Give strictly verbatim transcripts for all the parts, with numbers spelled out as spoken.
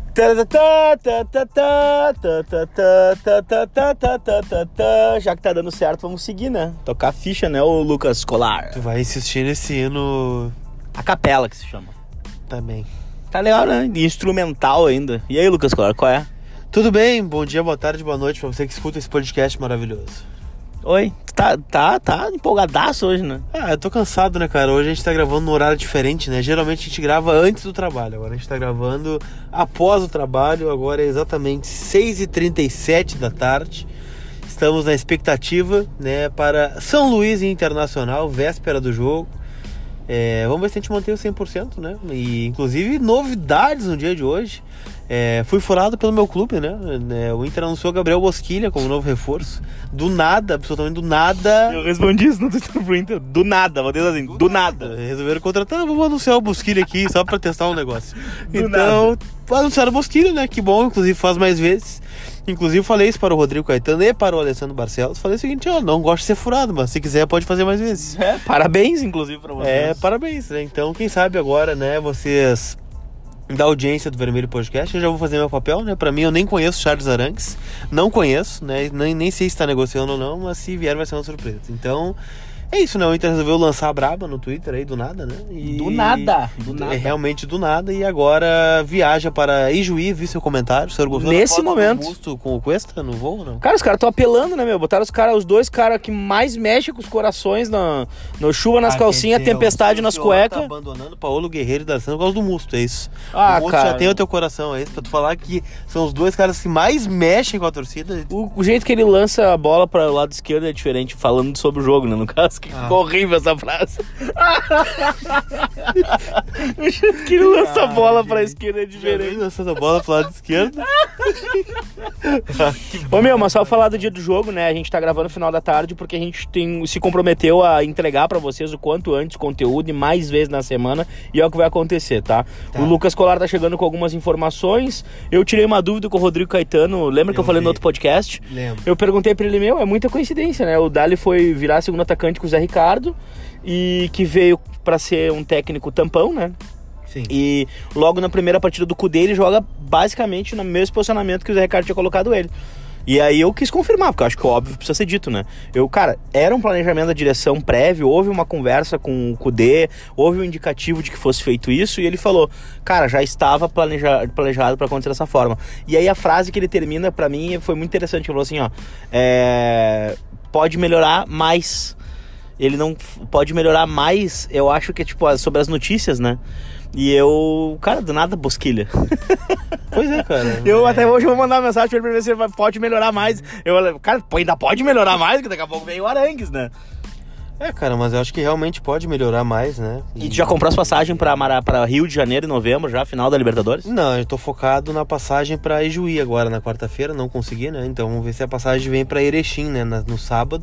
Já que tá dando certo, vamos seguir, né? Tocar ficha, né, ô Lucas Colar? Tu vai insistir nesse hino... A capela que se chama. Também. Tá legal, né? E instrumental ainda. E aí, Lucas Colar, qual é? Tudo bem? Bom dia, boa tarde, boa noite pra você que escuta esse podcast maravilhoso. Oi, tá, tá, tá empolgadaço hoje, né? Ah, eu tô cansado, né, cara? Hoje a gente tá gravando num horário diferente, né? Geralmente a gente grava antes do trabalho, agora a gente tá gravando após o trabalho. Agora é exatamente seis e trinta e sete da tarde. Estamos na expectativa, né, para São Luís Internacional, véspera do jogo. É, vamos ver se a gente mantém o cem por cento, né? E inclusive novidades no dia de hoje. É, fui furado pelo meu clube, né? É, o Inter anunciou Gabriel Bosquilha como novo reforço. Do nada, absolutamente do nada. Eu respondi isso no Twitter pro Inter. Do nada, vou dizer assim, do, do nada. nada. Resolveram contratar, vamos anunciar o Bosquilha aqui só pra testar um negócio. Do então, nada. anunciaram o Bosquilha, né? Que bom, inclusive faz mais vezes. Inclusive falei isso para o Rodrigo Caetano e para o Alessandro Barcelos. Falei o seguinte, ó, não gosto de ser furado, mas se quiser pode fazer mais vezes. É, parabéns, inclusive, pra vocês. É, parabéns, né? Então, quem sabe agora, né, vocês da audiência do Vermelho Podcast, eu já vou fazer meu papel, né? Pra mim, eu nem conheço Charles Arangues, não conheço, né? Nem, nem sei se tá negociando ou não, mas se vier vai ser uma surpresa. Então, é isso, né? O Inter resolveu lançar a braba no Twitter aí, do nada, né? E... Do nada, do nada. É realmente do nada, e agora viaja para Ijuí, vi seu comentário. O senhor gostou Nesse da foto momento. do busto com o Cuesta no voo, não? Cara, os caras estão apelando, né, meu? Botaram os, cara, os dois caras que mais mexem com os corações na, no chuva nas Ah, calcinhas, dizer, tempestade o nas senhor cuecas. Tá abandonando Paulo Guerreiro e D'Alessandro por causa do Musto, é isso. Ah, o Musto cara. já tem o teu coração, é isso? Pra tu falar que são os dois caras que mais mexem com a torcida. O, o jeito que ele lança a bola para o lado esquerdo é diferente, falando sobre o jogo, né? No caso, que Ah. ficou horrível essa frase. O jeito que ele lança a bola para a esquerda é diferente. Lançando a bola pro lado esquerdo. Ô meu, mas só falar do dia do jogo, né? A gente tá gravando no final da tarde porque a gente tem, se comprometeu a entregar pra vocês o quanto antes conteúdo e mais vezes na semana, e é o que vai acontecer, tá? Tá. O Lucas Colar tá chegando com algumas informações. Eu tirei uma dúvida com o Rodrigo Caetano, lembra que eu, Eu falei vi. no outro podcast? Lembro. Eu perguntei pra ele, meu, é muita coincidência, né? O Dali foi virar segundo atacante com o Zé Ricardo, e que veio pra ser um técnico tampão, né? Sim. E logo na primeira partida do Cudê, ele joga basicamente no mesmo posicionamento que o Zé Ricardo tinha colocado ele. E aí eu quis confirmar, porque eu acho que o óbvio precisa ser dito, né? Eu, cara, era um planejamento da direção prévio, houve uma conversa com o Cudê, houve um indicativo de que fosse feito isso, e ele falou, cara, já estava planejado, planejado para acontecer dessa forma. E aí a frase que ele termina, pra mim, foi muito interessante. Ele falou assim, ó, é, pode melhorar mais. Ele não pode melhorar mais, eu acho que é tipo sobre as notícias, né? E eu, cara, do nada, Bosquilha. Pois é, cara. Eu é. até hoje vou mandar uma mensagem pra ele pra ver se ele vai- pode melhorar mais. Eu, cara, pô, ainda pode melhorar mais, porque daqui a pouco vem o Arangues, né? É, cara, mas eu acho que realmente pode melhorar mais, né? E tu já comprou as passagens pra, Mara- pra Rio de Janeiro em novembro, já, final da Libertadores? Não, eu tô focado na passagem pra Ijuí agora na quarta-feira, não consegui, né? Então vamos ver se a passagem vem pra Erechim, né? Na- no sábado.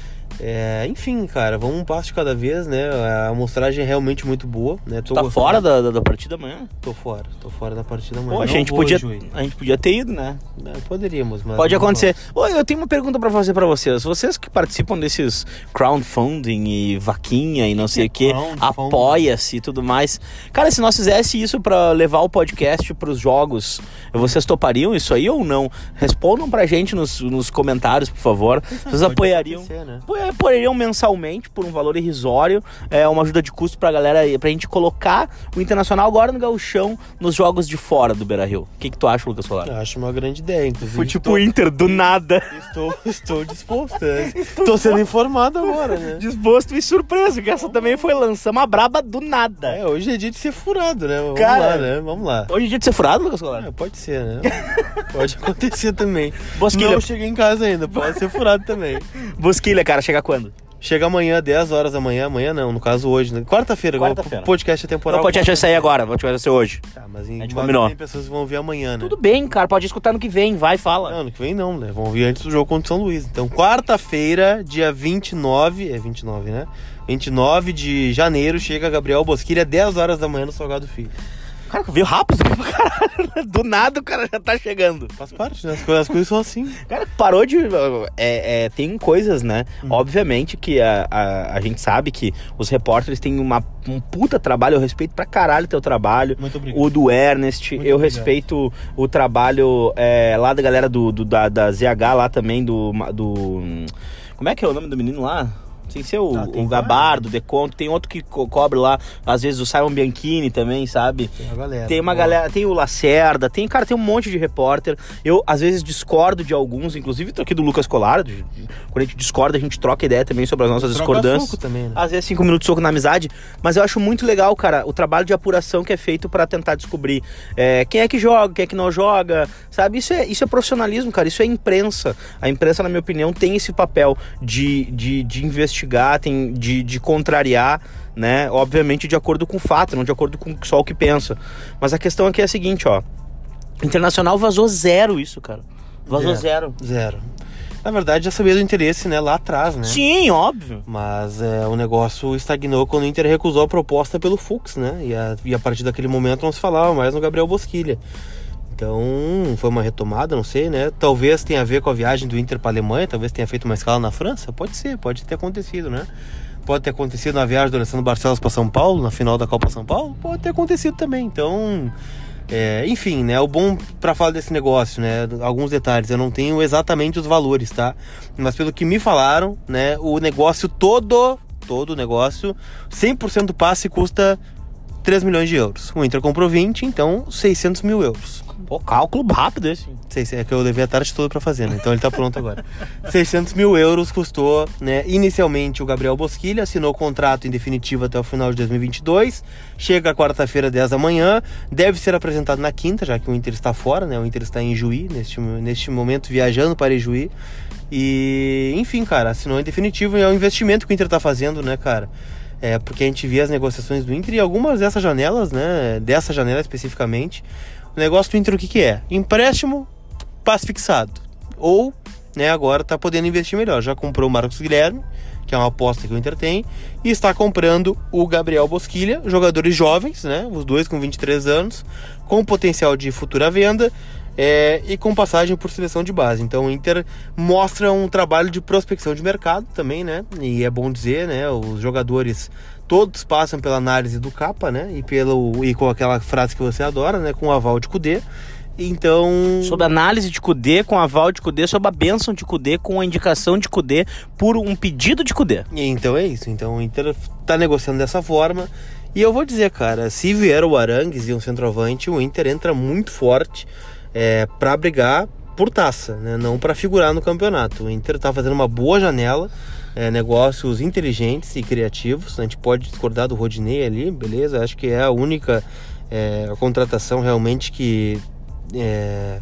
É, enfim, cara, vamos um passo de cada vez, né? A amostragem é realmente muito boa, né? Tu tá fora da, da, da partida amanhã? Tô fora, tô fora da partida amanhã. Pô, a Não gente, vou, podia, Juí. a gente podia ter ido, né? Não, poderíamos, mas... Pode não acontecer. Ô, eu tenho uma pergunta pra fazer pra vocês. Vocês que participam desses crowdfunding e vaquinha e não sei o que, crowdfunding? apoia-se e tudo mais. Cara, se nós fizesse isso pra levar o podcast pros jogos, vocês topariam isso aí ou não? Respondam pra gente nos, nos comentários, por favor. Vocês pode apoiariam? acontecer, né? Apoia- Apoiariam mensalmente por um valor irrisório, é uma ajuda de custo pra galera, pra gente colocar o Internacional agora no gauchão nos jogos de fora do Beira-Rio. O que que tu acha, Lucas Solar? Eu acho uma grande ideia, inclusive. Foi tipo estou, o Inter, do nada. estou, estou disposto, né? Estou sendo informado agora, né? Disposto e surpreso, que essa também foi lançar uma braba do nada. É, hoje é dia de ser furado, né? Vamos Cara, lá, né? Vamos lá. Hoje é dia de ser furado, Lucas Solar? É, pode ser, né? Pode acontecer também. Bosquilha. Não cheguei em casa ainda, pode ser furado também. Bosquilha, cara, chega quando? Chega amanhã, dez horas da manhã. Amanhã não, no caso hoje, né? Quarta-feira, Quarta-feira. o podcast é temporal. Não, o podcast vai sair agora, vou te ser hoje. Tá, mas em A gente mas combinou. tem pessoas que vão ouvir amanhã, né? Tudo bem, cara, pode escutar no que vem, vai, fala. Não, ano que vem não, né? Vão ouvir antes do jogo contra o São Luís. Então, quarta-feira, dia vinte e nove, é vinte e nove, né? vinte e nove de janeiro, chega Gabriel Bosquilha, dez horas da manhã no Salgado Filho. Cara, veio rápido pra caralho. Do nada o cara já tá chegando. Faz parte, né? As coisas, as coisas são assim. Cara, parou de... É, é, tem coisas, né? Hum. Obviamente que a, a, a gente sabe que os repórteres têm uma, um puta trabalho. Eu respeito pra caralho o teu trabalho. Muito obrigado. O do Ernest. Muito eu obrigado. Respeito o trabalho é, lá da galera do, do, da, da Z H lá também, do, do... Como é que é o nome do menino lá? Sem ser o, ah, o Gabardo, o Deconto, tem outro que co- cobre lá, às vezes o Simon Bianchini também, sabe? Tem a galera. Tem uma boa. galera, tem o Lacerda, tem, cara, tem um monte de repórter. Eu, às vezes, discordo de alguns, inclusive tô aqui do Lucas Colar. Quando a gente discorda, a gente troca ideia também sobre as nossas Troca discordâncias. soco também, né? Às vezes, cinco minutos de soco na amizade. Mas eu acho muito legal, cara, o trabalho de apuração que é feito pra tentar descobrir é, quem é que joga, quem é que não joga, sabe? Isso é, isso é profissionalismo, cara, isso é imprensa. A imprensa, na minha opinião, tem esse papel de, de, de investigar, tem... De, de contrariar, né? Obviamente de acordo com o fato, não de acordo com só o que pensa. Mas a questão aqui é a seguinte, ó. Internacional vazou zero isso, cara. Vazou zero. Zero. zero. Na verdade, já sabia do interesse, né? Lá atrás, né? Sim, óbvio. Mas é, o negócio estagnou quando o Inter recusou a proposta pelo Fux, né? E a, e a partir daquele momento não se falava mais no Gabriel Bosquilha. Então, foi uma retomada, não sei, né? Talvez tenha a ver com a viagem do Inter para a Alemanha, talvez tenha feito uma escala na França. Pode ser, pode ter acontecido, né? Pode ter acontecido na viagem do Alessandro Barcelos para São Paulo, na final da Copa São Paulo. Pode ter acontecido também. Então, é, enfim, né? O bom para falar desse negócio, né? Alguns detalhes, eu não tenho exatamente os valores, tá? Mas pelo que me falaram, né? O negócio todo, todo o negócio, cem por cento do passe custa três milhões de euros. O Inter comprou vinte, então seiscentos mil euros. Pô, cálculo rápido esse. É que eu levei a tarde toda pra fazer, né? Então ele tá pronto agora. seiscentos mil euros custou, né? Inicialmente o Gabriel Bosquilha assinou o contrato em definitivo até o final de dois mil e vinte e dois. Chega quarta-feira, dez da manhã. Deve ser apresentado na quinta, já que o Inter está fora, né? O Inter está em Juí, neste, neste momento, viajando para Juí. E, enfim, cara, assinou em definitivo. E é um investimento que o Inter tá fazendo, né, cara? É, porque a gente via as negociações do Inter e algumas dessas janelas, né? Dessa janela especificamente. O negócio do Inter o que que é? Empréstimo, passe fixado. Ou, né, agora tá podendo investir melhor. Já comprou o Marcos Guilherme, que é uma aposta que o Inter tem, e está comprando o Gabriel Bosquilha, jogadores jovens, né? Os dois com vinte e três anos, com potencial de futura venda. É, e com passagem por seleção de base. Então o Inter mostra um trabalho de prospecção de mercado também, né? E é bom dizer, né? Os jogadores todos passam pela análise do Capa, né? E, pelo, e com aquela frase que você adora, né? Com o aval de Kudê. Então... Sob a análise de Kudê, com o aval de Kudê, sob a bênção de Kudê, com a indicação de Kudê, por um pedido de Kudê. Então é isso. Então o Inter tá negociando dessa forma. E eu vou dizer, cara, se vier o Arangues e um centroavante, o Inter entra muito forte É, para brigar por taça, né? Não para figurar no campeonato. O Inter está fazendo uma boa janela, é, negócios inteligentes e criativos. A gente pode discordar do Rodinei ali, beleza? Acho que é a única é, a contratação realmente que é,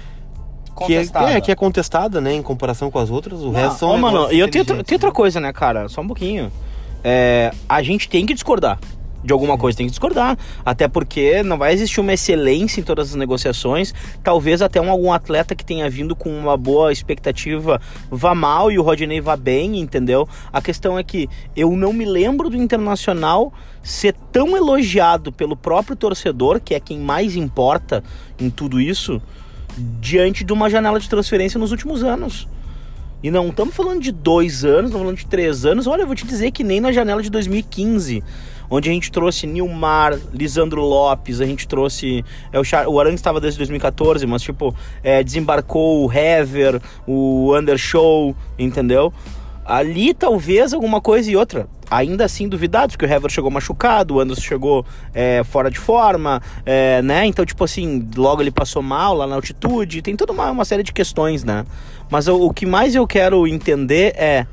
que é, é, que é contestada, né? Em comparação com as outras. O Não, resto são ó, mano, e eu tenho, inteligentes, tenho outra coisa, né, cara? Só um pouquinho. É, a gente tem que discordar de alguma coisa, tem que discordar, até porque não vai existir uma excelência em todas as negociações. Talvez até um, algum atleta que tenha vindo com uma boa expectativa vá mal e o Rodinei vá bem, entendeu? A questão é que eu não me lembro do Internacional ser tão elogiado pelo próprio torcedor, que é quem mais importa em tudo isso, diante de uma janela de transferência nos últimos anos. E não estamos falando de dois anos, estamos falando de três anos. Olha, eu vou te dizer que nem na janela de dois mil e quinze, onde a gente trouxe Nilmar, Lisandro Lopes, a gente trouxe... É, o, Char, o Arangues estava desde dois mil e catorze, mas tipo, é, desembarcou o Hever, o Undershow, entendeu? Ali talvez alguma coisa e outra. Ainda assim duvidados, porque o Hever chegou machucado, o Anderson chegou é, fora de forma, é, né? Então, tipo assim, logo ele passou mal lá na altitude. Tem toda uma, uma série de questões, né? Mas o, o que mais eu quero entender é...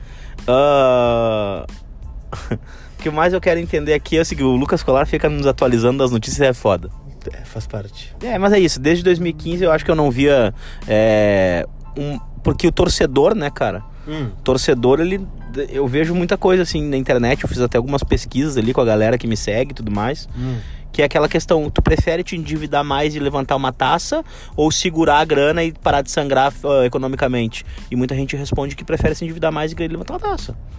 Uh... o que mais eu quero entender aqui é o seguinte: o Lucas Colar fica nos atualizando das notícias, é foda. É, faz parte. É, mas é isso. Desde dois mil e quinze eu acho que eu não via... É, um... Porque o torcedor, né, cara? Hum. Torcedor, ele... Eu vejo muita coisa assim na internet. Eu fiz até algumas pesquisas ali com a galera que me segue e tudo mais. Hum. Que é aquela questão: tu prefere te endividar mais e levantar uma taça, ou segurar a grana e parar de sangrar uh, economicamente? E muita gente responde que prefere se endividar mais e levantar uma taça.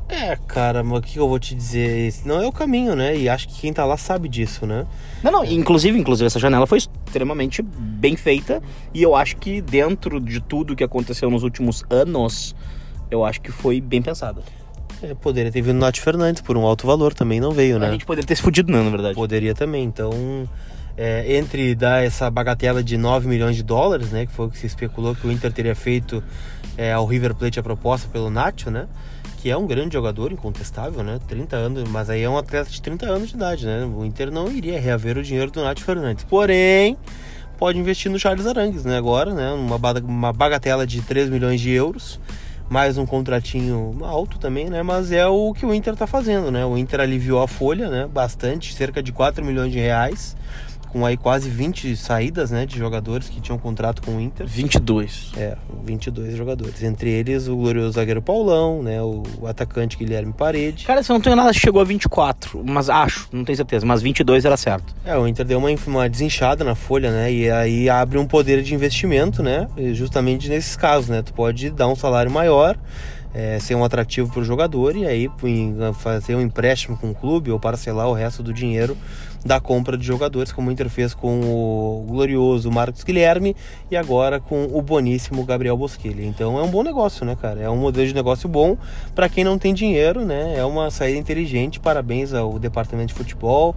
É, cara, mas o que eu vou te dizer? Esse não é o caminho, né? E acho que quem tá lá sabe disso, né? Não, não, inclusive, inclusive essa janela foi extremamente bem feita e eu acho que dentro de tudo que aconteceu nos últimos anos, eu acho que foi bem pensada. É, poderia ter vindo o Nath Fernandes por um alto valor, também não veio, né? A gente poderia ter se fudido, não, na verdade. Poderia também, então... É, entre dar essa bagatela de nove milhões de dólares, né? Que foi o que se especulou que o Inter teria feito é, ao River Plate a proposta pelo Nacho, né? Que é um grande jogador, incontestável, né? trinta anos, mas aí é um atleta de trinta anos de idade, né? O Inter não iria reaver o dinheiro do Nath Fernandes. Porém, pode investir no Charles Arangues, né? Agora, né? Uma, uma bagatela de três milhões de euros, mais um contratinho alto também, né? Mas é o que o Inter tá fazendo, né? O Inter aliviou a folha, né? Bastante, cerca de quatro milhões de reais. Com aí quase vinte saídas, né, de jogadores que tinham contrato com o Inter. vinte e dois. É, vinte e dois jogadores. Entre eles o glorioso zagueiro Paulão, né, o, o atacante Guilherme Parede. Cara, se eu não tenho nada, chegou a vinte e quatro, mas acho, não tenho certeza, mas vinte e dois era certo. É, o Inter deu uma, uma desinchada na folha, né, e aí abre um poder de investimento, né, justamente nesses casos, né, tu pode dar um salário maior, É, ser um atrativo para o jogador e aí fazer um empréstimo com o clube ou parcelar o resto do dinheiro da compra de jogadores, como o Inter fez com o glorioso Marcos Guilherme e agora com o boníssimo Gabriel Bosquilha. Então é um bom negócio, né, cara? É um modelo de negócio bom para quem não tem dinheiro, né? É uma saída inteligente. Parabéns ao departamento de futebol,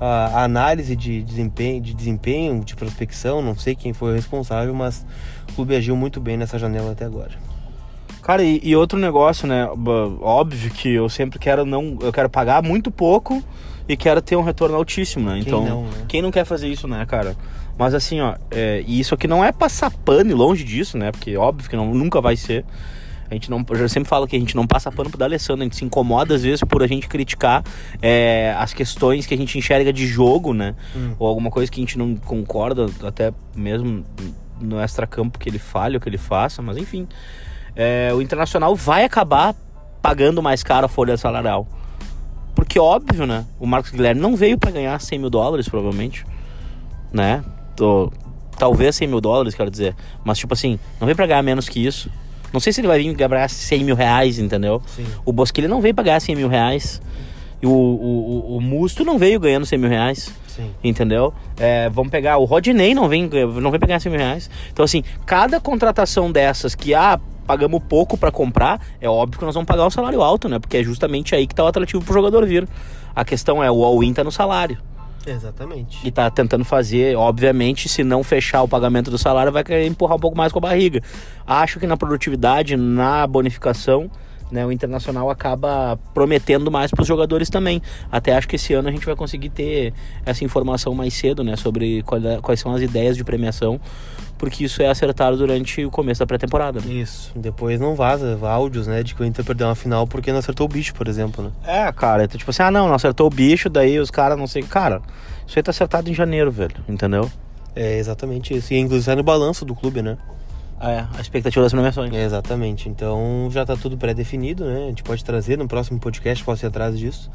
a análise de desempenho, de desempenho, de prospecção. Não sei quem foi o responsável, mas o clube agiu muito bem nessa janela até agora. Cara, e, e outro negócio, né? Óbvio que eu sempre quero não, eu quero pagar muito pouco e quero ter um retorno altíssimo, né? Então, quem não, né? Quem não quer fazer isso, né, cara? Mas assim, ó, é, e isso aqui não é passar pano e longe disso, né? Porque óbvio que não, nunca vai ser. A gente não, eu sempre falo que a gente não passa pano pro D'Alessandro, a gente se incomoda às vezes por a gente criticar é, as questões que a gente enxerga de jogo, né? Hum. Ou alguma coisa que a gente não concorda, até mesmo no extracampo que ele fale ou que ele faça, mas enfim. É, o Internacional vai acabar pagando mais caro a folha salarial. Porque, óbvio, né? O Marcos Guilherme não veio para ganhar cem mil dólares, provavelmente. Né? Tô, talvez cem mil dólares, quero dizer. Mas, tipo assim, não veio para ganhar menos que isso. Não sei se ele vai vir ganhar cem mil reais, entendeu? Sim. O Bosquilha não veio pra ganhar cem mil reais. E o, o, o, o Musto não veio ganhando cem mil reais. Sim. Entendeu? É, vamos pegar... O Rodinei não vem, não vem pra ganhar cem mil reais. Então, assim, cada contratação dessas que... Ah, pagamos pouco pra comprar, é óbvio que nós vamos pagar um salário alto, né? Porque é justamente aí que tá o atrativo pro jogador vir. A questão é, o all-in tá no salário. Exatamente. E tá tentando fazer, obviamente, se não fechar o pagamento do salário, vai querer empurrar um pouco mais com a barriga. Acho que na produtividade, na bonificação, né, o Internacional acaba prometendo mais pros jogadores também. Até acho que esse ano a gente vai conseguir ter essa informação mais cedo, né? Sobre quais são as ideias de premiação, porque isso é acertado durante o começo da pré-temporada. Né? Isso. Depois não vaza áudios, né, de que o Inter perdeu uma final porque não acertou o bicho, por exemplo, né? É, cara, então, tipo assim, ah não, não acertou o bicho, daí os caras não sei... Cara, isso aí tá acertado em janeiro, velho, entendeu? É exatamente isso. E inclusive sai no balanço do clube, né? É, a expectativa das premiações. É, exatamente. Então já tá tudo pré-definido, né? A gente pode trazer no próximo podcast, posso ir atrás disso.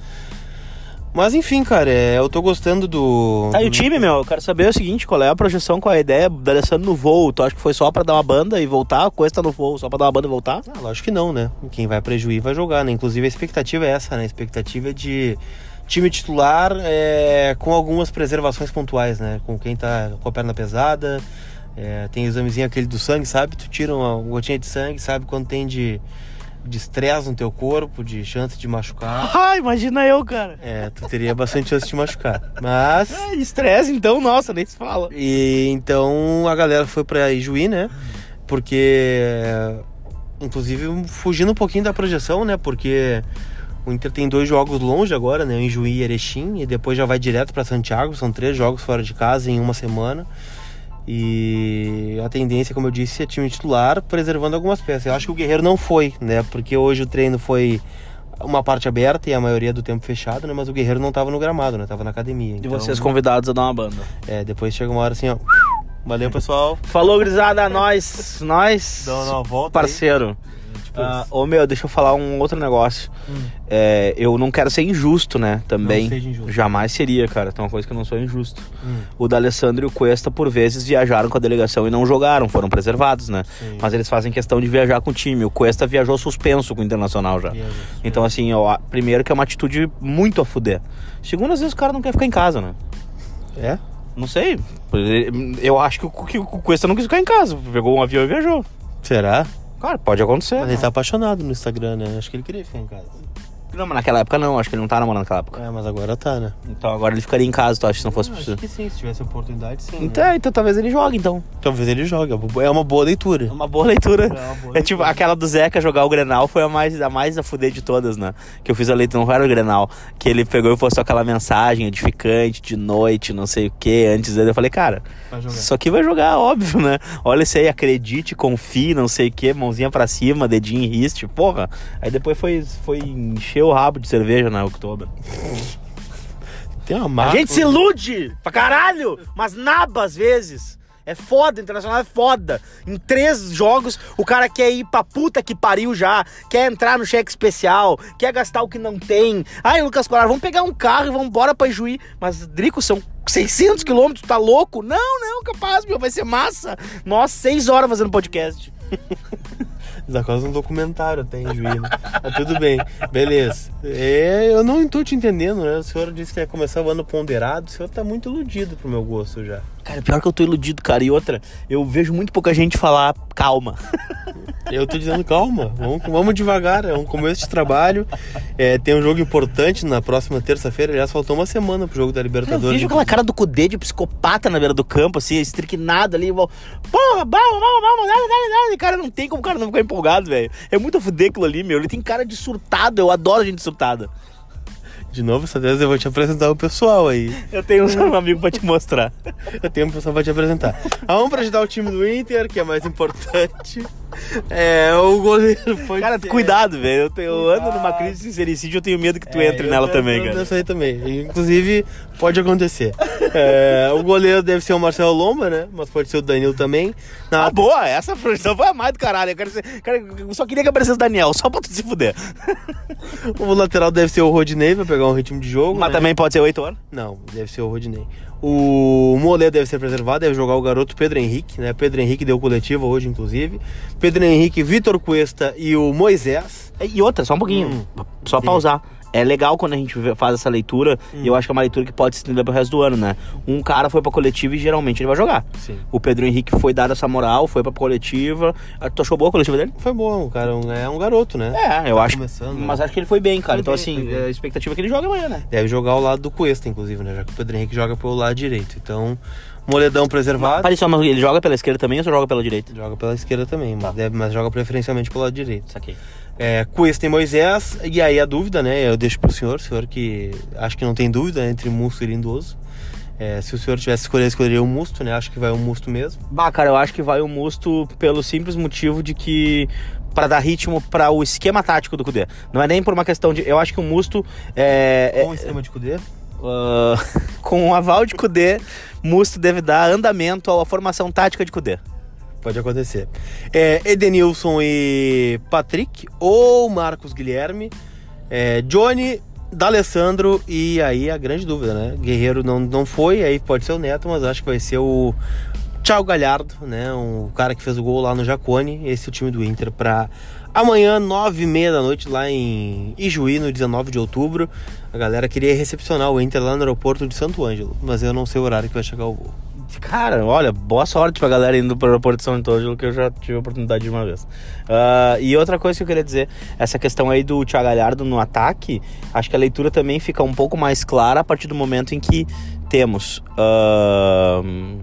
Mas enfim, cara, é, eu tô gostando do... Tá, e o time, meu, eu quero saber o seguinte, qual é a projeção, qual é a ideia do D'Alessandro no voo? Tu acha que foi só pra dar uma banda e voltar? A coisa tá no voo, só pra dar uma banda e voltar? Ah, lógico que não, né? Quem vai prejuir vai jogar, né? Inclusive a expectativa é essa, né? A expectativa é de time titular é, com algumas preservações pontuais, né? Com quem tá com a perna pesada, é, tem o examezinho aquele do sangue, sabe? Tu tira uma gotinha de sangue, sabe quando tem de... de estresse no teu corpo, de chance de machucar. Ah, imagina eu, cara. É, tu teria bastante chance de machucar. Mas... É, estresse então, nossa, nem se fala. E então a galera foi pra Ijuí, né? Porque... Inclusive fugindo um pouquinho da projeção, né? Porque o Inter tem dois jogos longe agora, né? Ijuí e Erechim. E depois já vai direto pra Santiago. São três jogos fora de casa em uma semana. E a tendência, como eu disse, é time titular preservando algumas peças. Eu acho que o Guerreiro não foi, né? Porque hoje o treino foi uma parte aberta e a maioria do tempo fechado, né? Mas o Guerreiro não estava no gramado, né? Tava na academia. Então... E vocês convidados a dar uma banda. É, depois chega uma hora assim, ó. Valeu, pessoal. Falou, gurizada, nós, nós, Dá uma volta parceiro. Aí. A gente depois. Ah, ô meu, deixa eu falar um outro negócio. Hum. É, eu não quero ser injusto, né? Também. Não seja injusto. Jamais seria, cara. Tem uma coisa que eu não sou injusto. Hum. O D'Alessandro e o Cuesta, por vezes, viajaram com a delegação e não jogaram, foram preservados, né? Sim. Mas eles fazem questão de viajar com o time. O Cuesta viajou suspenso com o Internacional já. Viajou. Então, assim, ó, primeiro que é uma atitude muito a fuder. Segundo, às vezes o cara não quer ficar em casa, né? É? Não sei. Eu acho que o, que o Cuesta não quis ficar em casa. Pegou um avião e viajou. Será? Cara, pode acontecer. Mas né? ele tá apaixonado no Instagram, né? Acho que ele queria ficar em casa. Não, mas naquela época não. Acho que ele não tá namorando naquela época. É, mas agora tá, né? Então agora ele ficaria em casa, tu acha, se não fosse Não, possível? acho que sim, se tivesse oportunidade, sim. Então, né? então talvez ele jogue, então. Talvez ele jogue. É uma boa leitura. É uma boa leitura. É uma boa É leitura. tipo, aquela do Zeca jogar o Grenal foi a mais a, mais a fuder de todas, né? Que eu fiz a leitura, não era o Grenal. Que ele pegou e postou aquela mensagem edificante de noite, não sei o que, antes dele. Eu falei, cara, Vai jogar. isso aqui vai jogar, óbvio, né? Olha isso aí, acredite, confie, não sei o que, mãozinha pra cima, dedinho em riste, porra. Aí depois foi, foi encher o rabo de cerveja na Oktober. Tem uma A marca. gente se ilude pra caralho, mas naba às vezes. É foda, Internacional é foda. Em três jogos, o cara quer ir pra puta que pariu já, quer entrar no cheque especial, quer gastar o que não tem. Ai, Lucas Colar, vamos pegar um carro e vamos embora pra Ijuí. Mas, Drico, são seiscentos quilômetros, tá louco? Não, não, capaz, meu, vai ser massa. Nós, seis horas fazendo podcast. Dá quase um documentário até em Juiz, né? Mas tudo bem, beleza. É, eu não tô te entendendo, né? O senhor disse que ia começar o ano ponderado. O senhor tá muito iludido pro meu gosto já. Cara, pior que eu tô iludido, cara. E outra, eu vejo muito pouca gente falar calma. Eu tô dizendo calma, vamos, vamos devagar, é um começo de trabalho. É, tem um jogo importante na próxima terça-feira. Aliás, faltou uma semana pro jogo da Eu Libertadores. vejo aquela cara do Cudê de psicopata na beira do campo, assim, estriquinado ali. Porra, vamos, vamos, vamos, dale, dale, dale. Cara, não tem como o cara não ficar empolgado, velho. É muito a fuder aquilo ali, meu. Ele tem cara de surtado, eu adoro gente surtada. De novo, essa vez eu vou te apresentar o pessoal aí. Eu tenho um amigo pra te mostrar. Eu tenho um pessoal pra te apresentar. Ah, vamos pra ajudar o time do Inter, que é mais importante. É, o goleiro pode Cara, ser... cuidado, velho. Eu, tenho- eu ando numa crise de sincericídio, eu tenho medo que tu É, entre eu nela tô também, entrando cara. nessa aí também. Inclusive, pode acontecer. É, o goleiro deve ser o Marcelo Lomba, né? Mas pode ser o Danilo também. Na... Ah, boa, essa projeção foi a mais do caralho. Eu, quero ser, cara, eu só queria que aparecesse o Daniel, só pra tu se fuder. O lateral deve ser o Rodinei, pra pegar um ritmo de jogo. Mas né? também pode ser o Heitor. Não, deve ser o Rodinei. O Molé deve ser preservado, deve jogar o garoto Pedro Henrique, né? Pedro Henrique deu coletiva hoje, inclusive. Pedro Henrique, Vitor Cuesta e o Moisés. E outra, só um pouquinho, Hum. só pausar. É legal quando a gente vê- faz essa leitura, e eu acho que é uma leitura que pode se estender pro resto do ano, né? Um cara foi pra coletiva e geralmente ele vai jogar. Sim. O Pedro Henrique foi dado essa moral, foi pra coletiva. Tu achou boa a coletiva dele? Foi bom, o cara é um garoto, né? É, eu Tá acho. começando, Mas né? acho que ele foi bem, cara. Foi então, bem, assim, foi bem. a expectativa é que ele jogue amanhã, né? Deve jogar ao lado do Cuesta, inclusive, né? Já que o Pedro Henrique joga pelo lado direito. Então, Moledão preservado. Pareceu, mas ele joga pela esquerda também ou só joga pela direita? Joga pela esquerda também, mas, deve, mas joga preferencialmente pelo lado direito. Saquei. É, Cuesta e Moisés, e aí a dúvida, né? Eu deixo pro senhor, senhor que acho que não tem dúvida entre Musto e Lindoso. É, se o senhor tivesse escolhido, escolheria o Musto, né? Acho que vai o Musto mesmo. Bah, cara, eu acho que vai o Musto pelo simples motivo de que pra dar ritmo para o esquema tático do Cudê. Não é nem por uma questão de... Eu acho que o Musto é... Com o esquema de Cudê? Uh, com o aval de Cudê, Musto deve dar andamento à formação tática de Cudê. Pode acontecer. É, Edenilson e Patrick, ou Marcos Guilherme, é, Johnny, D'Alessandro, e aí a grande dúvida, né? Guerreiro não, não foi, aí pode ser o Neto, mas acho que vai ser o Thiago Galhardo, né? Um cara que fez o gol lá no Jacone. Esse é o time do Inter para amanhã, nove e meia da noite, lá em Ijuí, no dezenove de outubro. A galera queria recepcionar o Inter lá no aeroporto de Santo Ângelo, mas eu não sei o horário que vai chegar o voo. Cara, olha, boa sorte pra galera indo pro aeroporto de São Antônio, que eu já tive a oportunidade de uma vez. Uh, e outra coisa que eu queria dizer, essa questão aí do Thiago Galhardo no ataque, acho que a leitura também fica um pouco mais clara a partir do momento em que temos uh,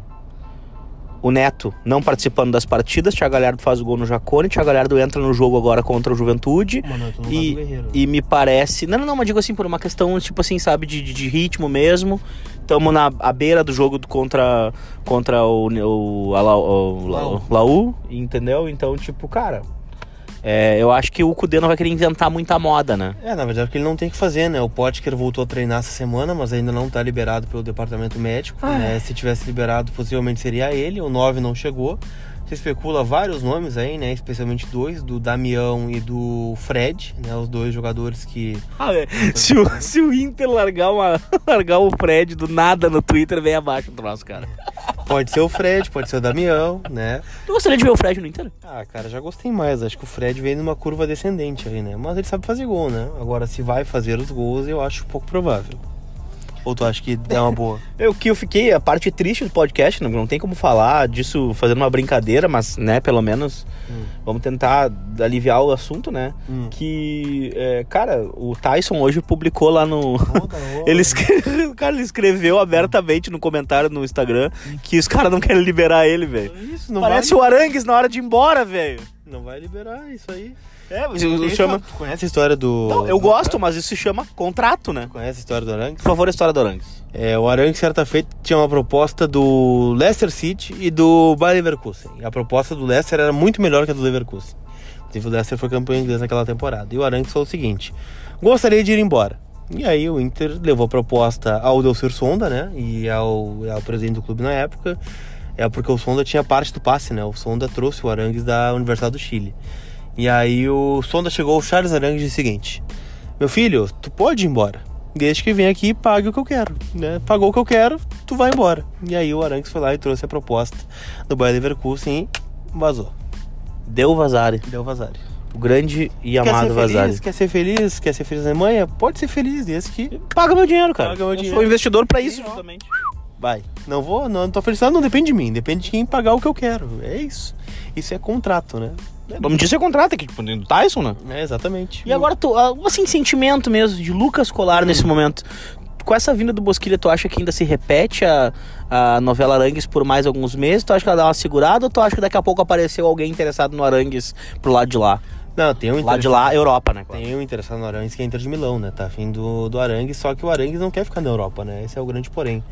o Neto não participando das partidas, Thiago Galhardo faz o gol no Jacone, Thiago Galhardo entra no jogo agora contra o Juventude. Mano, tu não e, faz o Guerreiro. e me parece... Não, não, não, mas digo assim, por uma questão, tipo assim, sabe, de, de, de ritmo mesmo. Estamos na à beira do jogo do contra, contra o, o, a, o, o, Laú. Laú, entendeu? Então, tipo, cara, é, eu acho que o Cudê não vai querer inventar muita moda, né? É, na verdade, o que ele não tem que fazer, né? O Potker voltou a treinar essa semana, mas ainda não tá liberado pelo departamento médico, Ah. né? Se tivesse liberado, possivelmente seria ele. O nove não chegou. se especula vários nomes aí, né? Especialmente dois, do Damião e do Fred, né? Os dois jogadores que... Ah, é. se, o, se o Inter largar, uma, largar o Fred do nada no Twitter, vem abaixo do nosso cara. Pode ser o Fred, pode ser o Damião, né? Tu gostaria de ver o Fred no Inter? Ah, cara, já gostei mais. Acho que o Fred vem numa curva descendente aí, né? Mas ele sabe fazer gol, né? Agora, se vai fazer os gols, eu acho pouco provável. Ou tu acha que é uma boa? Eu que eu fiquei, a parte triste do podcast, não, não tem como falar disso fazendo uma brincadeira, mas, né, pelo menos hum. vamos tentar aliviar o assunto, né? Hum. Que, é, cara, o Tyson hoje publicou lá no... Oda, oda. Ele escreve... Cara, ele escreveu abertamente no comentário no Instagram que os caras não querem liberar ele, velho. Isso, não Parece vai... o Arangues na hora de ir embora, velho. Não vai liberar isso aí. É, mas isso chama... Tu conhece a história do... Não, eu gosto, mas isso se chama contrato, né? Tu conhece a história do Arangues? Por favor, a história do Arangues. É, o Arangues, certa feita, tinha uma proposta do Leicester City e do Bayer Leverkusen. E a proposta do Leicester era muito melhor que a do Leverkusen. Inclusive, o Leicester foi campeão inglês naquela temporada. E o Arangues falou o seguinte: gostaria de ir embora. E aí o Inter levou a proposta ao Delcir Sonda, né? E ao, ao presidente do clube na época. É porque o Sonda tinha parte do passe, né? O Sonda trouxe o Arangues da Universidade do Chile. E aí o Sonda chegou ao Charles Arangues e disse o seguinte: meu filho, tu pode ir embora, desde que venha aqui e pague o que eu quero, né? Pagou o que eu quero, tu vai embora. E aí o Arangues foi lá e trouxe a proposta do Bayer Leverkusen e vazou. Deu vazare. Deu vazare. O grande e quer amado vazare. Quer ser feliz? Quer ser feliz na Alemanha? Pode ser feliz, desde que... Paga meu dinheiro, cara. Paga meu eu dinheiro. sou investidor pra isso, justamente. Vai. Não vou, não, não tô feliz, não depende de mim. Depende de quem pagar o que eu quero. É isso. Isso é contrato, né? O nome disso é contrato, aqui, tipo, do Tyson, né? É, exatamente. E agora, tu, assim, sentimento mesmo de Lucas Colar hum. nesse momento. Com essa vinda do Bosquilha, tu acha que ainda se repete a, a novela Arangues por mais alguns meses? Tu acha que ela dá uma segurada ou tu acha que daqui a pouco apareceu alguém interessado no Arangues pro lado de lá? Não, tem um lá de lá, Europa, né? Claro. Tem um interessado no Arangues que é Inter de Milão, né? Tá afim do, do Arangues, só que o Arangues não quer ficar na Europa, né? Esse é o grande porém.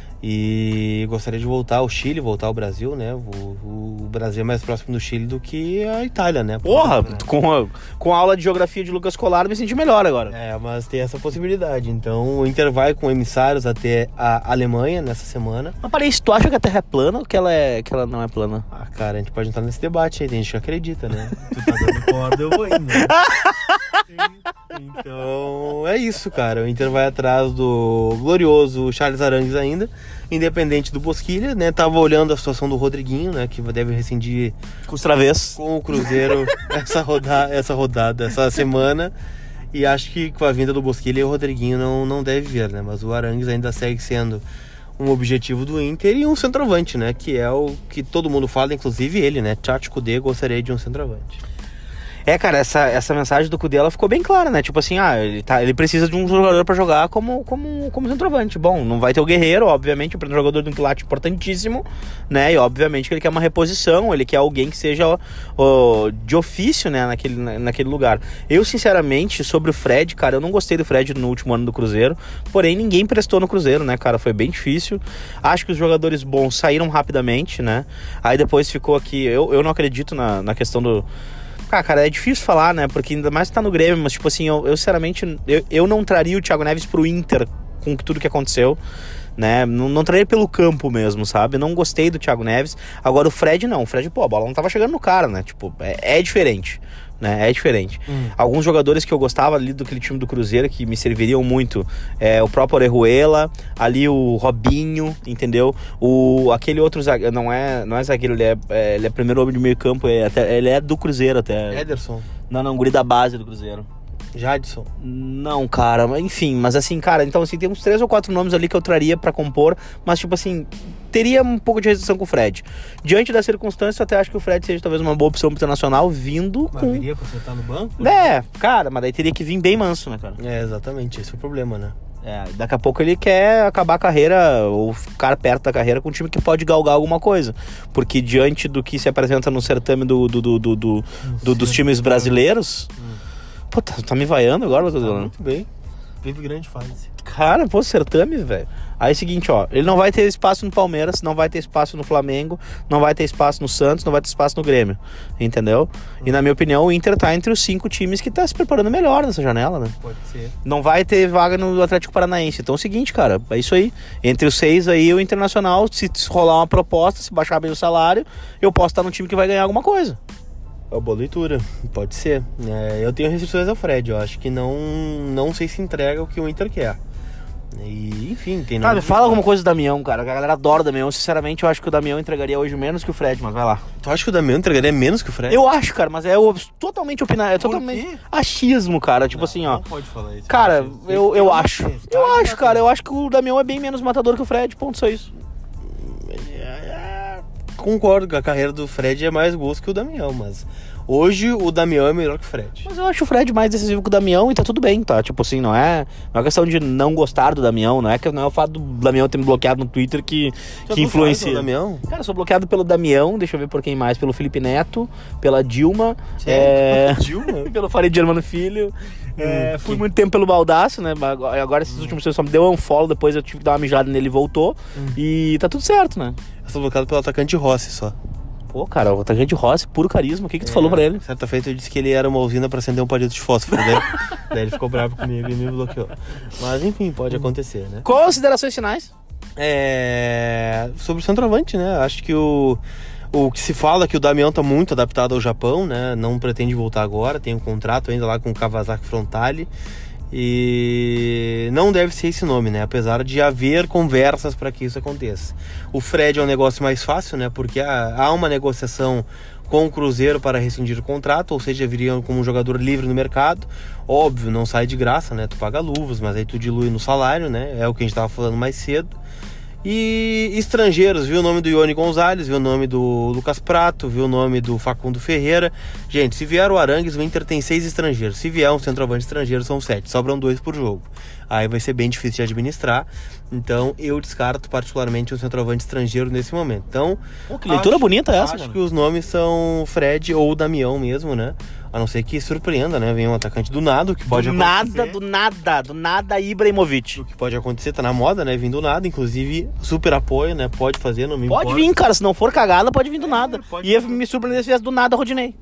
E gostaria de voltar ao Chile, voltar ao Brasil, né? O, o Brasil é mais próximo do Chile do que a Itália, né? Porra, exemplo, né? Com, a, com a aula de geografia de Lucas Colar me senti melhor agora. É, mas tem essa possibilidade. Então o Inter vai com emissários até a Alemanha nessa semana. Mas parei, tu acha que a Terra é plana ou que ela, é, que ela não é plana? Ah, cara, a gente pode entrar nesse debate aí, tem gente que acredita, né? Tu tá dando corda, eu vou indo. Então é isso, cara. O Inter vai atrás do glorioso Charles Arangues ainda, independente do Bosquilha, né? Tava olhando a situação do Rodriguinho, né? Que deve rescindir com os travês com o Cruzeiro essa, roda essa rodada, essa semana. E acho que com a vinda do Bosquilha o Rodriguinho não, não deve vir, né? Mas o Arangues ainda segue sendo um objetivo do Inter e um centroavante, né? Que é o que todo mundo fala, inclusive ele, né? Tchatcho Kudê gostaria de um centroavante. É, cara, essa, essa mensagem do Kudê, ela ficou bem clara, né? Tipo assim, ah, ele, tá, ele precisa de um jogador pra jogar como, como, como centroavante. Bom, não vai ter o Guerreiro, obviamente, o jogador de um quilate importantíssimo, né? E obviamente que ele quer uma reposição, ele quer alguém que seja ó, ó, de ofício, né? Naquele, na, naquele lugar. Eu, sinceramente, sobre o Fred, cara, eu não gostei do Fred no último ano do Cruzeiro, porém ninguém prestou no Cruzeiro, né, cara? Foi bem difícil. Acho que os jogadores bons saíram rapidamente, né? Aí depois ficou aqui, eu, eu não acredito na, na questão do... Ah, cara, é difícil falar, né? Porque ainda mais tá no Grêmio, mas tipo assim, eu, eu sinceramente, eu, eu não traria o Thiago Neves pro Inter com tudo que aconteceu, né? Não, não traria pelo campo mesmo, sabe? Não gostei do Thiago Neves. Agora o Fred não, o Fred, pô, a bola não tava chegando no cara, né? Tipo, é, é diferente, né? É diferente. Hum. Alguns jogadores que eu gostava ali do aquele time do Cruzeiro, que me serviriam muito, é o próprio Orejuela, ali o Robinho, entendeu? O, aquele outro zagueiro, não é, não é zagueiro, ele é, é, ele é primeiro homem de meio campo, é, até, ele é do Cruzeiro até. Ederson. Não, não, guri da base do Cruzeiro. Jadson. Não, cara, enfim, mas assim, cara, então assim, tem uns três ou quatro nomes ali que eu traria pra compor, mas tipo assim, teria um pouco de resistência com o Fred. Diante das circunstâncias, eu até acho que o Fred seja talvez uma boa opção pro Internacional, vindo mas com... Mas viria pra sentar no banco? É, cara, mas daí teria que vir bem manso, né, cara? É, exatamente, esse é o problema, né? É, daqui a pouco ele quer acabar a carreira ou ficar perto da carreira com um time que pode galgar alguma coisa. Porque diante do que se apresenta no certame do, do, do, do, do, do dos times brasileiros... Hum. Pô, tá, tá me vaiando agora, Lucas? Tá muito bem. Vive grande fase. Cara, pô, certame, velho. Aí é o seguinte, ó, ele não vai ter espaço no Palmeiras, não vai ter espaço no Flamengo, não vai ter espaço no Santos, não vai ter espaço no Grêmio, entendeu? E na minha opinião, o Inter tá entre os cinco times que tá se preparando melhor nessa janela, né? Pode ser. Não vai ter vaga no Atlético Paranaense. Então é o seguinte, cara, é isso aí. Entre os seis aí, o Internacional, se rolar uma proposta, se baixar bem o salário, eu posso estar no time que vai ganhar alguma coisa. É uma boa leitura, pode ser. É, eu tenho restrições ao Fred, eu acho que não, não sei se entrega o que o Inter quer. E, enfim, tem nada. Fala alguma coisa do Damião, cara. A galera adora o Damião. Sinceramente, eu acho que o Damião entregaria hoje menos que o Fred, mas vai lá. Tu acha que o Damião entregaria menos que o Fred? Eu acho, cara, mas é o, totalmente opinar. É totalmente achismo, cara. Tipo não, assim, ó. Não pode falar isso. Cara, eu, eu acho. Eu acho, cara. Eu acho que o Damião é bem menos matador que o Fred. Ponto, só isso. Concordo que a carreira do Fred é mais gosto que o Damião, mas hoje o Damião é melhor que o Fred. Mas eu acho o Fred mais decisivo que o Damião e tá tudo bem, tá? Tipo assim, não é, não é questão de não gostar do Damião, não é que não é o fato do Damião ter me bloqueado no Twitter que, que influencia. Damião? Cara, eu sou bloqueado pelo Damião, deixa eu ver por quem mais, pelo Felipe Neto, pela Dilma, é... Dilma? pelo Farid Germano Filho. É, hum, fui que... muito tempo pelo Baldaço, né? Agora esses hum. últimos tempos só me deu um follow, depois eu tive que dar uma mijada nele e voltou. Hum. E tá tudo certo, né? Eu sou bloqueado pelo atacante Rossi só. Pô, cara, o atacante Rossi, puro carisma. O que que tu é, falou pra ele? Certa feita eu disse que ele era uma usina pra acender um palito de fósforo, né? Daí ele ficou bravo comigo e me bloqueou. Mas enfim, pode acontecer, né? Considerações finais? É... Sobre o centroavante, né? Acho que o... O que se fala é que o Damião tá muito adaptado ao Japão, né? Não pretende voltar agora, tem um contrato ainda lá com o Kawasaki Frontale. E não deve ser esse nome, né? Apesar de haver conversas para que isso aconteça. O Fred é um negócio mais fácil, né? Porque há uma negociação com o Cruzeiro para rescindir o contrato, ou seja, viria como um jogador livre no mercado. Óbvio, não sai de graça, né? Tu paga luvas, mas aí tu dilui no salário, né? É o que a gente tava falando mais cedo. E estrangeiros, viu o nome do Ione Gonzalez, viu o nome do Lucas Prato, viu o nome do Facundo Ferreira. Gente, se vier o Arangues, o Inter tem seis estrangeiros. Se vier um centroavante estrangeiro, são sete. Sobram dois por jogo. Aí vai ser bem difícil de administrar. Então, eu descarto particularmente um centroavante estrangeiro nesse momento. Então, pô, que leitura acho, bonita essa, Acho cara. que os nomes são Fred ou Damião mesmo, né? A não ser que surpreenda, né? Vem um atacante do nada, o que pode do acontecer. nada, do nada, do nada Ibrahimovic. O que pode acontecer, tá na moda, né? Vindo do nada, inclusive super apoio, né? Pode fazer, não me Pode importa. vir, cara, se não for cagada, pode vir do é, nada. Ia me surpreender se viesse do nada Rodinei.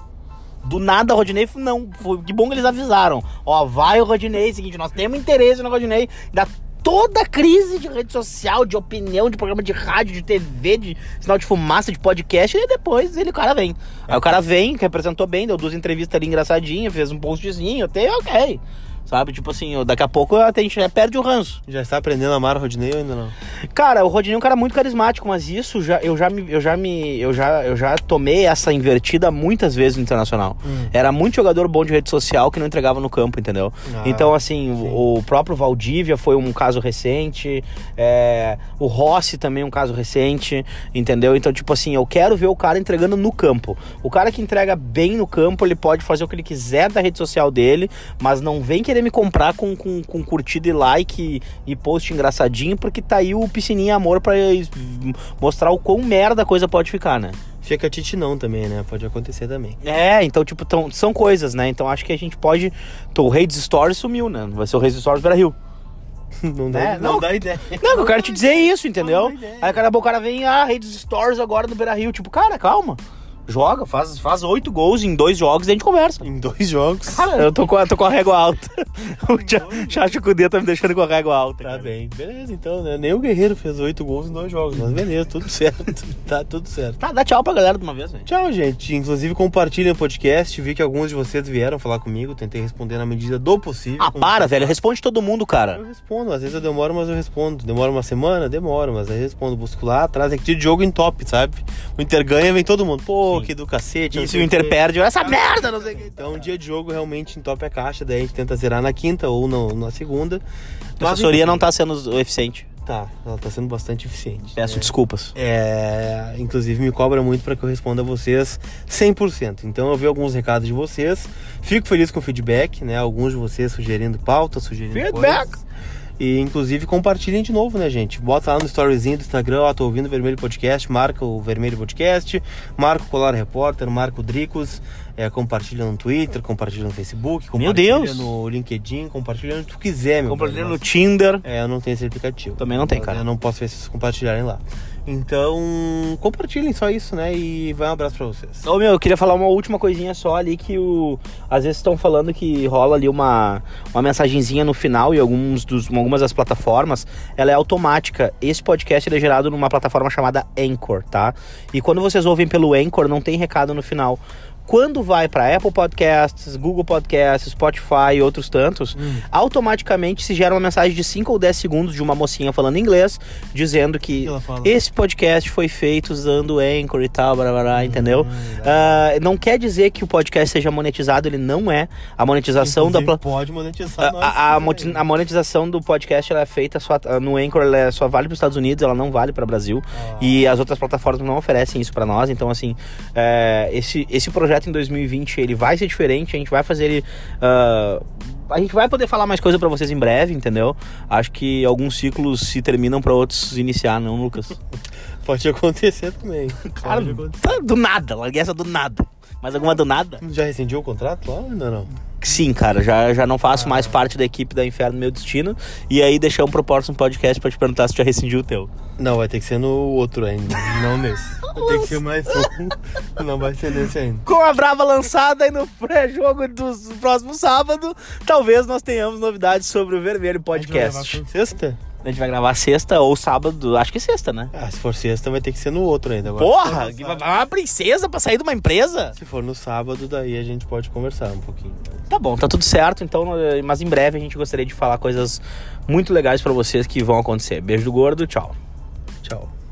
Do nada Rodinei, não. Foi, que bom que eles avisaram. Ó, vai o Rodinei, seguinte, nós temos interesse no Rodinei. Dá toda a crise de rede social, de opinião, de programa de rádio, de T V, de sinal de fumaça, de podcast, e depois ele, o cara vem. Aí o cara vem, representou bem, deu duas entrevistas ali engraçadinhas, fez um postzinho, até ok. Sabe, tipo assim, daqui a pouco a gente já perde o ranço. Já está aprendendo a amar o Rodinei ou ainda não? Cara, o Rodinei é um cara muito carismático, mas isso já, eu já me. Eu já me. Eu já, eu já tomei essa invertida muitas vezes no Internacional. Hum. Era muito jogador bom de rede social que não entregava no campo, entendeu? Ah, então, assim, o, o próprio Valdívia foi um caso recente. É, o Rossi também é um caso recente, entendeu? Então, tipo assim, eu quero ver o cara entregando no campo. O cara que entrega bem no campo, ele pode fazer o que ele quiser da rede social dele, mas não vem querer me comprar com, com, com curtida e like e, e post engraçadinho, porque tá aí o Piscininha Amor pra mostrar o quão merda a coisa pode ficar, né? Fica tite não também, né? Pode acontecer também. É, então, tipo, tão, são coisas, né? Então acho que a gente pode... Então, o Rei dos Stories sumiu, né? Vai ser o Rei dos Stories Beira-Rio. Não dá, né? não, não dá ideia. Não, eu quero te dizer isso, entendeu? Aí cara, o cara vem, ah, Rei dos Stories agora no Beira-Rio. Tipo, cara, calma. Joga, faz, faz oito gols em dois jogos e a gente conversa. Em dois jogos? Cara, eu tô com, tô com a régua alta. O Chacho Cudê tá me deixando com a régua alta. Tá cara. bem. Beleza, então, né? Nem o Guerreiro fez oito gols em dois jogos. Mas beleza, tudo certo. Tá tudo certo. Tá, dá tchau pra galera de uma vez, velho. Tchau, gente. Inclusive, compartilhem o podcast. Vi que alguns de vocês vieram falar comigo. Tentei responder na medida do possível. Ah, para, velho. Responde todo mundo, cara. Eu respondo. Às vezes eu demoro, mas eu respondo. Demora uma semana? Demora, mas aí eu respondo. Busco lá atrás. É que dia de jogo em top, sabe? O Inter ganha, vem todo mundo. Pô, sim. Que do cacete. E se o Inter perde, essa ah, merda, não sei o que. Então, um dia de jogo realmente em top é caixa, daí a gente tenta zerar na quinta ou no, na segunda. A assessoria não tá sendo eficiente. Tá, ela tá sendo bastante eficiente. Peço é, desculpas. É, inclusive me cobra muito para que eu responda a vocês cem por cento. Então eu vi alguns recados de vocês. Fico feliz com o feedback, né? Alguns de vocês sugerindo pauta, sugerindo feedback. Coisas. E inclusive compartilhem de novo, né, gente? Bota lá no storyzinho do Instagram, ó, tô ouvindo o Vermelho Podcast, marca o Vermelho Podcast, marca o Colar Repórter, marca o Dricos. É, compartilha no Twitter, compartilha no Facebook, Meu compartilha Deus. no LinkedIn, compartilha onde tu quiser, meu. Compartilha brother. no Tinder. É, eu não tenho esse aplicativo. Também não tem, cara. Eu não posso ver se vocês compartilharem lá. Então, compartilhem só isso, né? E vai um abraço pra vocês. Ô meu, eu queria falar uma última coisinha só ali que o... Às vezes estão falando que rola ali uma, uma mensagenzinha no final e alguns dos, algumas das plataformas, ela é automática. Esse podcast ele é gerado numa plataforma chamada Anchor, tá? E quando vocês ouvem pelo Anchor, não tem recado no final. Quando vai para Apple Podcasts, Google Podcasts, Spotify e outros tantos, hum. automaticamente se gera uma mensagem de cinco ou dez segundos de uma mocinha falando inglês, dizendo que esse podcast foi feito usando o Anchor e tal, blá, blá, blá, hum, entendeu? Uh, não quer dizer que o podcast seja monetizado, ele não é. A monetização Inclusive, da... pode monetizar nós, a, a, a monetização do podcast ela é feita só, no Anchor, ela é, só vale para os Estados Unidos, ela não vale para o Brasil. Ah. E as outras plataformas não oferecem isso para nós. Então, assim, é, esse, esse projeto em dois mil e vinte ele vai ser diferente, a gente vai fazer ele uh, a gente vai poder falar mais coisa pra vocês em breve, entendeu? Acho que alguns ciclos se terminam pra outros iniciar, não, Lucas? Pode acontecer também. Cara, acontecer. Do nada, larguei essa do nada. Mais alguma do nada? Já rescindiu o contrato lá ou ainda não? Sim, cara, já, já não faço ah. mais parte da equipe da Inferno Meu Destino. E aí deixar um propósito no podcast pra te perguntar se já rescindiu o teu. Não, vai ter que ser no outro ainda, não nesse. Vai ter que ser mais um. Não vai ser nesse ainda. Com a brava lançada aí no pré-jogo do próximo sábado, talvez nós tenhamos novidades sobre o Vermelho Podcast. A gente vai gravar sexta? A gente vai gravar sexta ou sábado, acho que sexta, né? Ah, se for sexta vai ter que ser no outro ainda. Agora, porra, vai uma princesa pra sair de uma empresa? Se for no sábado, daí a gente pode conversar um pouquinho. Tá bom, tá tudo certo, então, mas em breve a gente gostaria de falar coisas muito legais pra vocês que vão acontecer. Beijo do gordo, tchau. Tchau.